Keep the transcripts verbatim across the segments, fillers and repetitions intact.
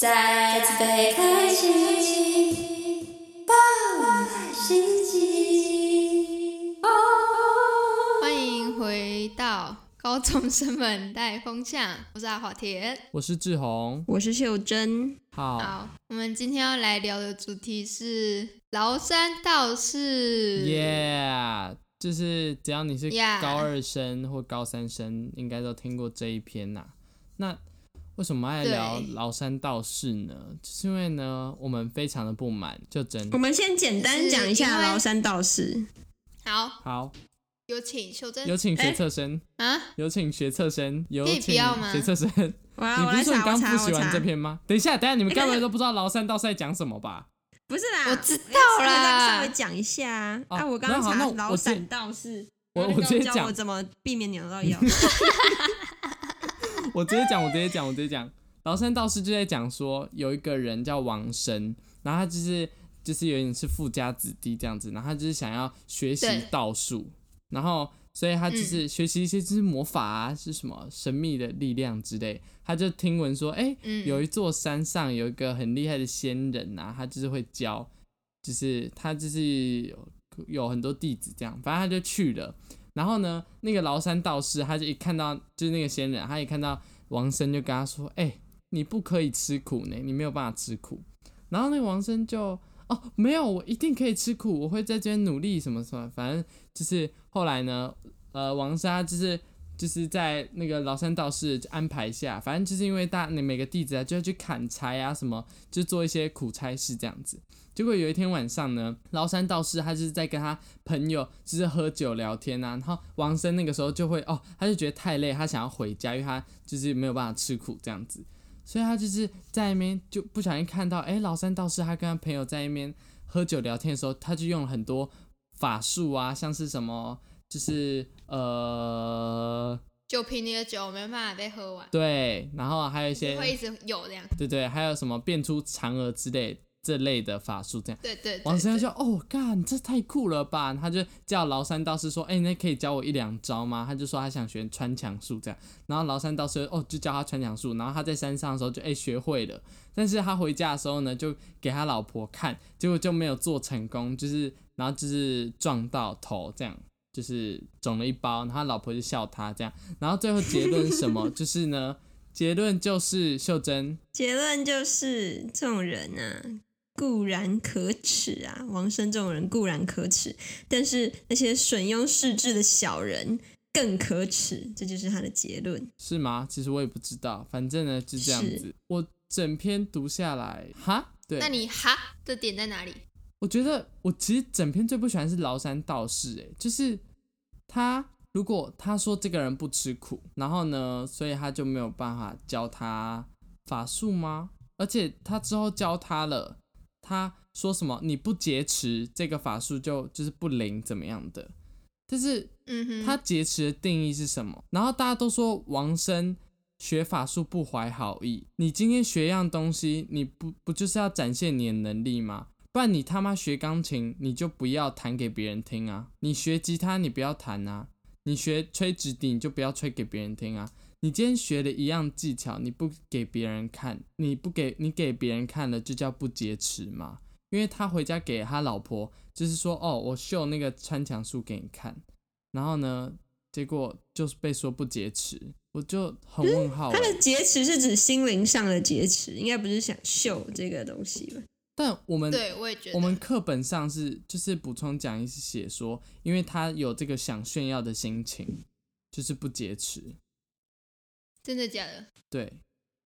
再次被开启，爆满心机。 欢迎回到高中生们带风向，我是阿华田， 我是志宏， 我是秀珍。 好， 好，我们今天要来聊的主题是崂山道士。 耶、yeah, 就是只要你是 Yeah. 高二生或高三生，应该都听过这一篇呐、啊。那为什么爱聊崂山道士呢？就是因为呢，我们非常的不满，就真。 我们先简单讲一下崂山道士。 好， 好， 有请秀珍， 有请学测生、 欸、啊， 有请学测生，有请学测生。 我你不是说你刚复习完这篇吗？等一下，等一下，你们该不会都不知道崂山道士在讲什么吧？ 不是啦， 我知道啦， 稍微讲一下啊。 哦、 啊，我刚刚查崂山道士， 我我直接讲我怎么避免扭到腰。 我直接讲，我直接讲，我直接讲。崂山道士就在讲说，有一个人叫王生，然后他就是就是有点是富家子弟这样子，然后他就是想要学习道术，然后所以他就是学习一些就是魔法啊，是什么神秘的力量之类。他就听闻说，哎、欸嗯，有一座山上有一个很厉害的仙人啊，他就是会教，就是他就是有有很多弟子这样，反正他就去了。然后呢，那个崂山道士他就一看到就是那个仙人，他一看到王生就跟他说，哎、欸。你不可以吃苦呢，你没有办法吃苦。然后那个王生就哦，没有，我一定可以吃苦，我会在这边努力什么什么。反正就是后来呢，呃，王生他就是就是在那个崂山道士安排下，反正就是因为大每个弟子啊就要去砍柴啊什么，就做一些苦差事这样子。结果有一天晚上呢，崂山道士他就是在跟他朋友就是喝酒聊天啊，然后王生那个时候就会哦，他就觉得太累，他想要回家，因为他就是没有办法吃苦这样子。所以他就是在那边就不小心看到，哎，崂山道士他跟他朋友在那边喝酒聊天的时候，他就用了很多法术啊，像是什么，就是呃， 酒瓶里的酒没办法被喝完， 对，然后还有一些会一直有这样， 对对，还有什么变出嫦娥之类这类的法术，这样， 对 对, 对, 对， 王生就说，哦，干，这太酷了吧！他就叫崂山道士说，哎，那可以教我一两招吗？他就说他想学穿墙术这样，然后崂山道士哦就教他穿墙术，然后他在山上的时候就哎学会了，但是他回家的时候呢，就给他老婆看，结果就没有做成功，就是然后就是撞到头这样，就是肿了一包，然后他老婆就笑他这样，然后最后结论是什么？就是呢，结论就是秀珍， 结论就是这种人啊。固然可耻啊，王生这种人固然可耻，但是那些吮用世智的小人更可耻，这就是他的结论。 是吗？其实我也不知道，反正呢就这样子。我整篇读下来，哈，对， 那你哈的点在哪里？ 我觉得我其实整篇最不喜欢是崂山道士，哎，就是他如果他说这个人不吃苦，然后呢，所以他就没有办法教他法术吗？而且他之后教他了。他说什么你不劫持这个法术就就是不灵怎么样的，但是他劫持的定义是什么？然后大家都说王生学法术不怀好意，你今天学一样东西，你不不就是要展现你的能力吗？不然你他妈学钢琴你就不要弹给别人听啊，你学吉他你不要弹啊，你学吹直笛你就不要吹给别人听啊。你今天学的一样技巧，你不给别人看，你不给你给别人看了，就叫不劫持嘛。因为他回家给他老婆，就是说，哦，我秀那个穿墙术给你看，然后呢，结果就是被说不劫持，我就很问号。 他的劫持是指心灵上的劫持，应该不是想秀这个东西吧？ 但我们对我也觉得， 我们课本上是就是补充讲义是写说，因为他有这个想炫耀的心情，就是不劫持。 真的假的？ 对，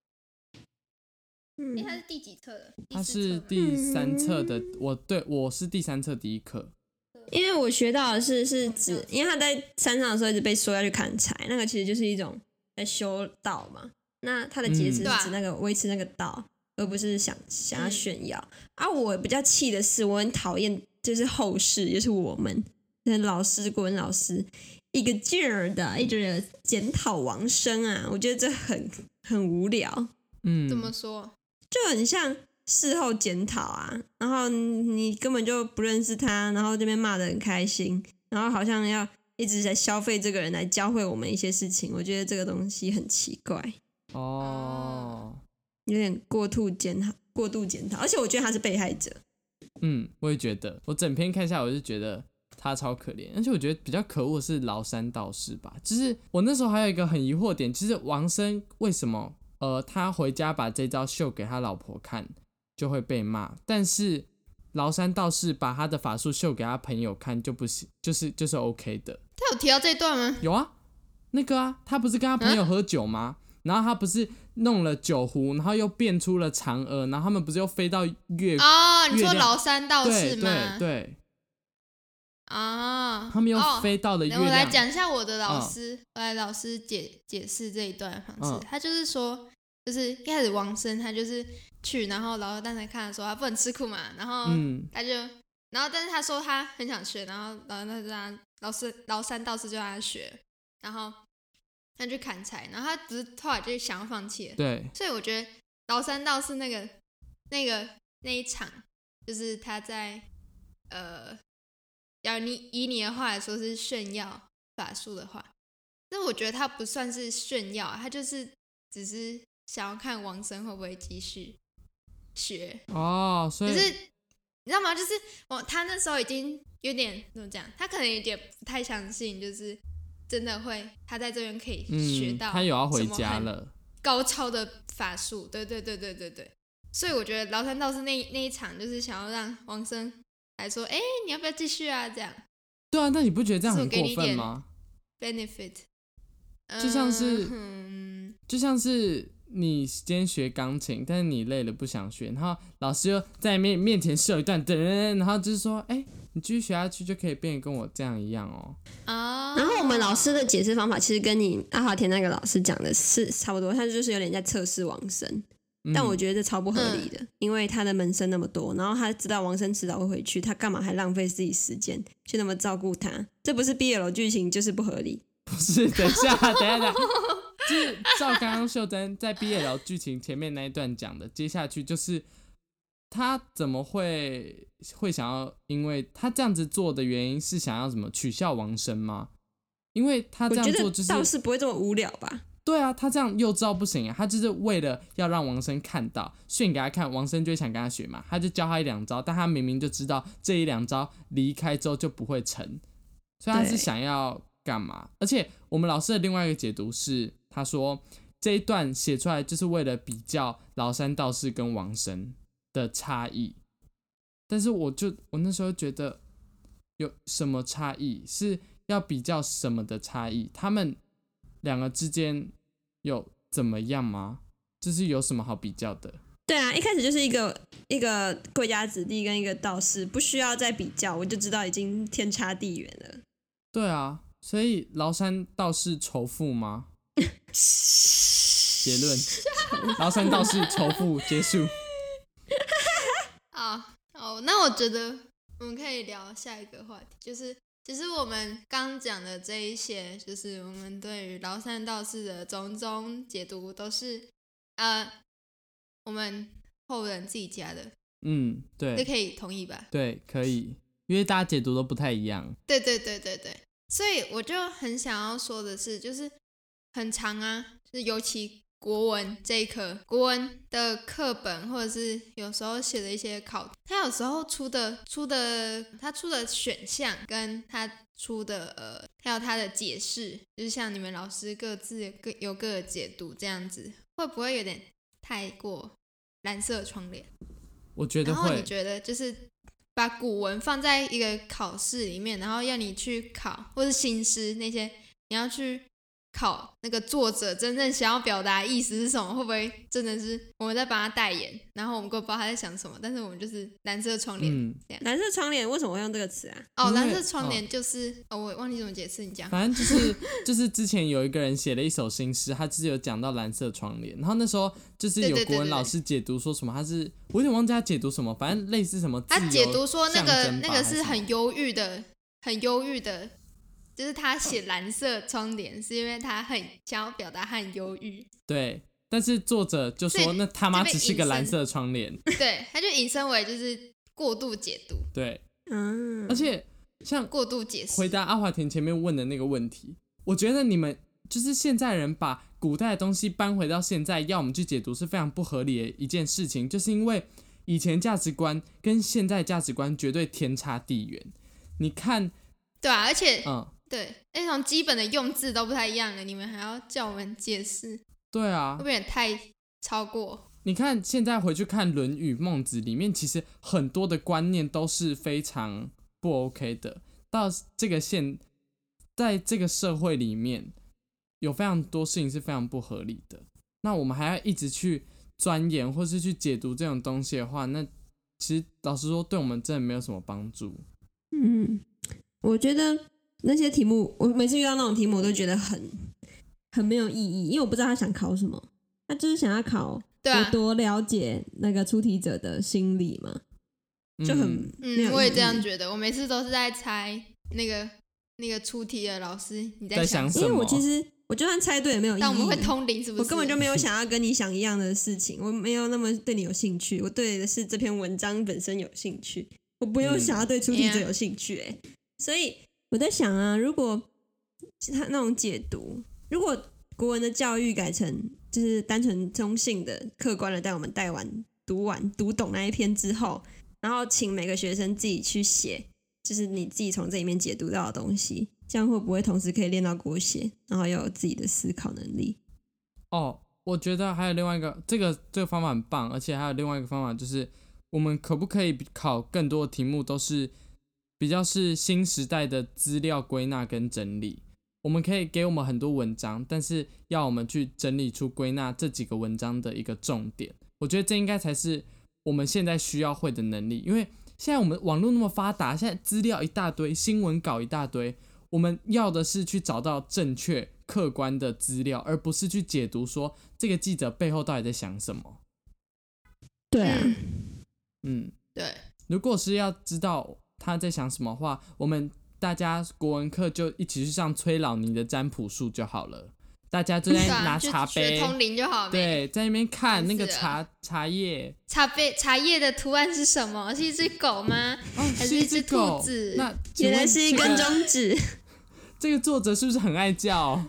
嗯，欸、他是第几册的？ 他是第三册的，我对我是第三册第一课。 因为我学到的是是指，因为他在山上的时候一直被说要去砍柴，那个其实就是一种在修道嘛。那他的劫持是指那个维持那个道，嗯、而不是想想要炫耀。嗯、啊，我比较气的是，我很讨厌就是后世，就是我们就是老师国文老师。一个劲儿的一直检讨王生啊，我觉得这很很无聊。 嗯， 怎么说？ 就很像事后检讨啊，然后你根本就不认识他，然后这边骂得很开心，然后好像要一直在消费这个人来教会我们一些事情，我觉得这个东西很奇怪。 哦， 有点过度检讨，过度检讨，而且我觉得他是被害者。 嗯，我也觉得，我整篇看下来，我就觉得他超可怜，而且我觉得比较可恶的是崂山道士吧，就是我那时候还有一个很疑惑点，就是王生为什么呃他回家把这招秀给他老婆看就会被骂，但是崂山道士把他的法术秀给他朋友看就不行，就是就是 OK 的。 他有提到这一段吗？ 有啊，那个啊，他不是跟他朋友喝酒吗？啊、然后他不是弄了酒壶，然后又变出了嫦娥，然后他们不是又飞到月哦，你说崂山道士吗？ 对对对。 啊， 他们又飞到了月亮。 哦、我来讲一下我的老师，嗯、我来老师解解释这一段的方式。嗯、他就是说，就是一开始王生他就是去，然后老二蛋才看的时候，他不能吃苦嘛，然后他就，嗯、然后但是他说他很想学，然后老二蛋就让老师崂山道士就让他学，然后他去砍柴，然后他只是后来就想要放弃了。 对， 所以我觉得崂山道士那个那个那一场，就是他在呃。要你以你的话来说是炫耀法术的话，但我觉得他不算是炫耀，他就是只是想要看王生会不会继续学哦，所以可是你知道吗？就是我他那时候已经有点怎么讲，他可能有点不太相信，就是真的会他在这边可以学到、 嗯，他有要回家了， 高超的法术，对对对对对对，所以我觉得崂山道士那那一场就是想要让王生。还说，哎、欸，你要不要继续啊？这样。 对啊，那你不觉得这样很过分吗 ？benefit， 就像是， 嗯、 就像是你今天學鋼琴，但是你累了不想學，然後老師又在面面前秀一段，噔，然後就是說，哎、欸，你繼續學下去就可以變得跟我這樣一樣哦。 啊。 然後我們老師的解釋方法其實跟你阿華田那個老師講的是差不多，他就是有點在測試王生。但我覺得這超不合理的、嗯、因為他的門生那麼多，然後他知道王生遲早會回去，他幹嘛還浪費自己時間去那麼照顧他，這不是 B L 劇情就是不合理。 不是，等一下等一下等一下就是照剛剛秀珍在 B L 劇情前面那一段講的，接下去就是他怎麼會會想要，因為他這樣子做的原因是想要什麼取笑王生嗎？因為他這樣做就是我覺得道士不會這麼無聊吧。 對啊，他這樣幼稚不行啊！他就是為了要讓王生看到，炫給他看，王生就會想跟他學嘛。他就教他一兩招，但他明明就知道這一兩招離開之後就不會成，所以他是想要幹嘛？而且我們老師的另外一個解讀是，他說這一段寫出來就是為了比較崂山道士跟王生的差異。但是我就我那時候覺得有什麼差異？是要比較什麼的差異？他們兩個之間有怎麼樣嗎？就是有什麼好比較的？ 對啊，一開始就是一個一個貴家子弟跟一個道士，不需要再比較，我就知道已經天差地遠了。 對啊，所以崂山道士仇富嗎？結論：崂山道士仇富，結束。 好，好，那我覺得我們可以聊下一個話題，就是其實我們剛講的這一些，就是我們對於崂山道士的種種解讀，都是呃我們後人自己加的。 嗯，對， 這可以同意吧？ 對，可以，因為大家解讀都不太一樣。 對對對對對，所以我就很想要說的是，就是很長啊，就是尤其國文這一科，國文的課本或者是有時候寫的一些考，他有時候出的出的他出的選項跟他出的呃，還有他的解釋，就是像你們老師各自各有各的解讀這樣子，會不會有點太過藍色窗簾？ 我覺得會。 然後你覺得就是把古文放在一個考試裡面，然後要你去考，或是新詩那些，你要去考那個作者真正想要表達的意思是什麼？會不會真的是我們在幫他代言，然後我們根本不知道他在想什麼，但是我們就是藍色窗簾、嗯、這樣。 藍色窗簾為什麼會用這個詞啊？ 哦，藍色窗簾就是哦，哦，我忘記怎麼解釋，你講。 反正就是就是之前有一個人寫了一首新詩，他就是有講到藍色窗簾，然後那時候就是有國文老師解讀說什麼，他是我有點忘記他解讀什麼，反正類似什麼自由象徵吧。他解讀說那個那個是很憂鬱的，很憂鬱的。就是他寫藍色窗簾是因為他很想要表達他很憂鬱，對，但是作者就說那他媽只是個藍色窗簾，對，他就引申為就是過度解讀，對，嗯，而且像過度解釋，回答阿華田前面問的那個問題，我覺得你們就是现在人把古代的东西搬回到现在，要我们去解读是非常不合理的一件事情，就是因为以前价值观跟现在价值观绝对天差地远。你看， 对啊，而且， 嗯， 对，那种基本的用字都不太一样了，你们还要叫我们解释， 对啊， 会不会有点太超过？ 你看现在回去看《论语》《孟子》里面，其实很多的观念都是非常不 OK 的。到这个现，在这个社会里面，有非常多事情是非常不合理的。那我们还要一直去钻研或是去解读这种东西的话，那其实老实说，对我们真的没有什么帮助。 嗯，我觉得那些题目，我每次遇到那种题目，我都觉得很很没有意义，因为我不知道他想考什么，他就是想要考我多了解那个出题者的心理嘛，就很没有意义。 嗯，我也这样觉得，我每次都是在猜那个那个出题的老师你在想什么， 因为我其实我就算猜对也没有意义， 但我们会通灵是不是？ 我根本就没有想要跟你想一样的事情，我没有那么对你有兴趣，我对的是这篇文章本身有兴趣，我不用想要对出题者有兴趣、欸嗯、所以我在想啊，如果他那种解读，如果国文的教育改成就是单纯中性的客观的带我们带完读完读懂那一篇之后，然后请每个学生自己去写，就是你自己从这里面解读到的东西，这样会不会同时可以练到国写，然后又有自己的思考能力？ 哦，我觉得还有另外一个，这个这个方法很棒，而且还有另外一个方法，就是我们可不可以考更多的题目都是比较是新时代的资料归纳跟整理？我们可以给我们很多文章，但是要我们去整理出归纳这几个文章的一个重点。我觉得这应该才是我们现在需要会的能力，因为现在我们网络那么发达，现在资料一大堆，新闻稿一大堆，我们要的是去找到正确客观的资料，而不是去解读说这个记者背后到底在想什么。 对啊， 嗯， 对。 如果是要知道他在想什么的话，我们大家国文课就一起去上崔老尼的占卜术就好了。大家就在拿茶杯， 通灵就好。 对，在那边看那个茶茶叶。 茶杯茶叶的图案是什么？是一只狗吗？ 哦， 还是一只兔子？ 那原来是一根中指。 这个作者是不是很爱叫？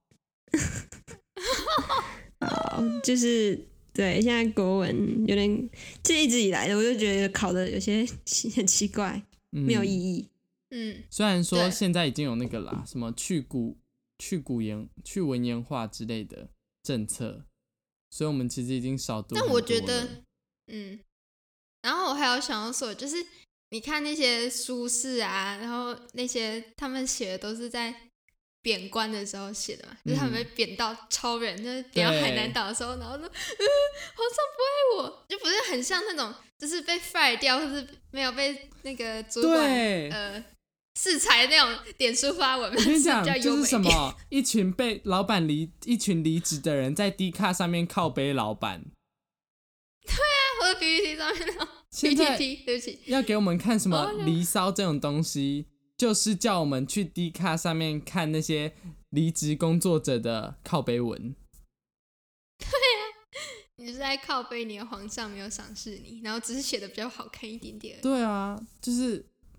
好，就是对，现在国文有点，就一直以来的，我就觉得考的有些很奇怪，嗯、没有意义。 嗯， 虽然说现在已经有那个啦，什么去古。去古言去文言化之类的政策，所以我们其实已经少读很多了。 但我觉得，嗯，然后我还有想要说，就是你看那些苏轼啊，然后那些他们写的都是在贬官的时候写的嘛，嗯、就是他们被贬到超人，就是贬到海南岛的时候，然后说，嗯，皇上不爱我，就不是很像那种，就是被 fire 掉，或是没有被那个主管呃。适才那种点书发文， 我跟你讲，就是什么一群被老板离一群离职的人在 D 卡上面靠背老板。 对啊，或者 P P T 上面那种 P P T， 对不起， 要给我们看什么离骚这种东西，就是叫我们去 D 卡上面看那些离职工作者的靠背文。 对啊，你就是在靠背你的皇上没有赏识你，然后只是写的比较好看一点点。 对啊，就是。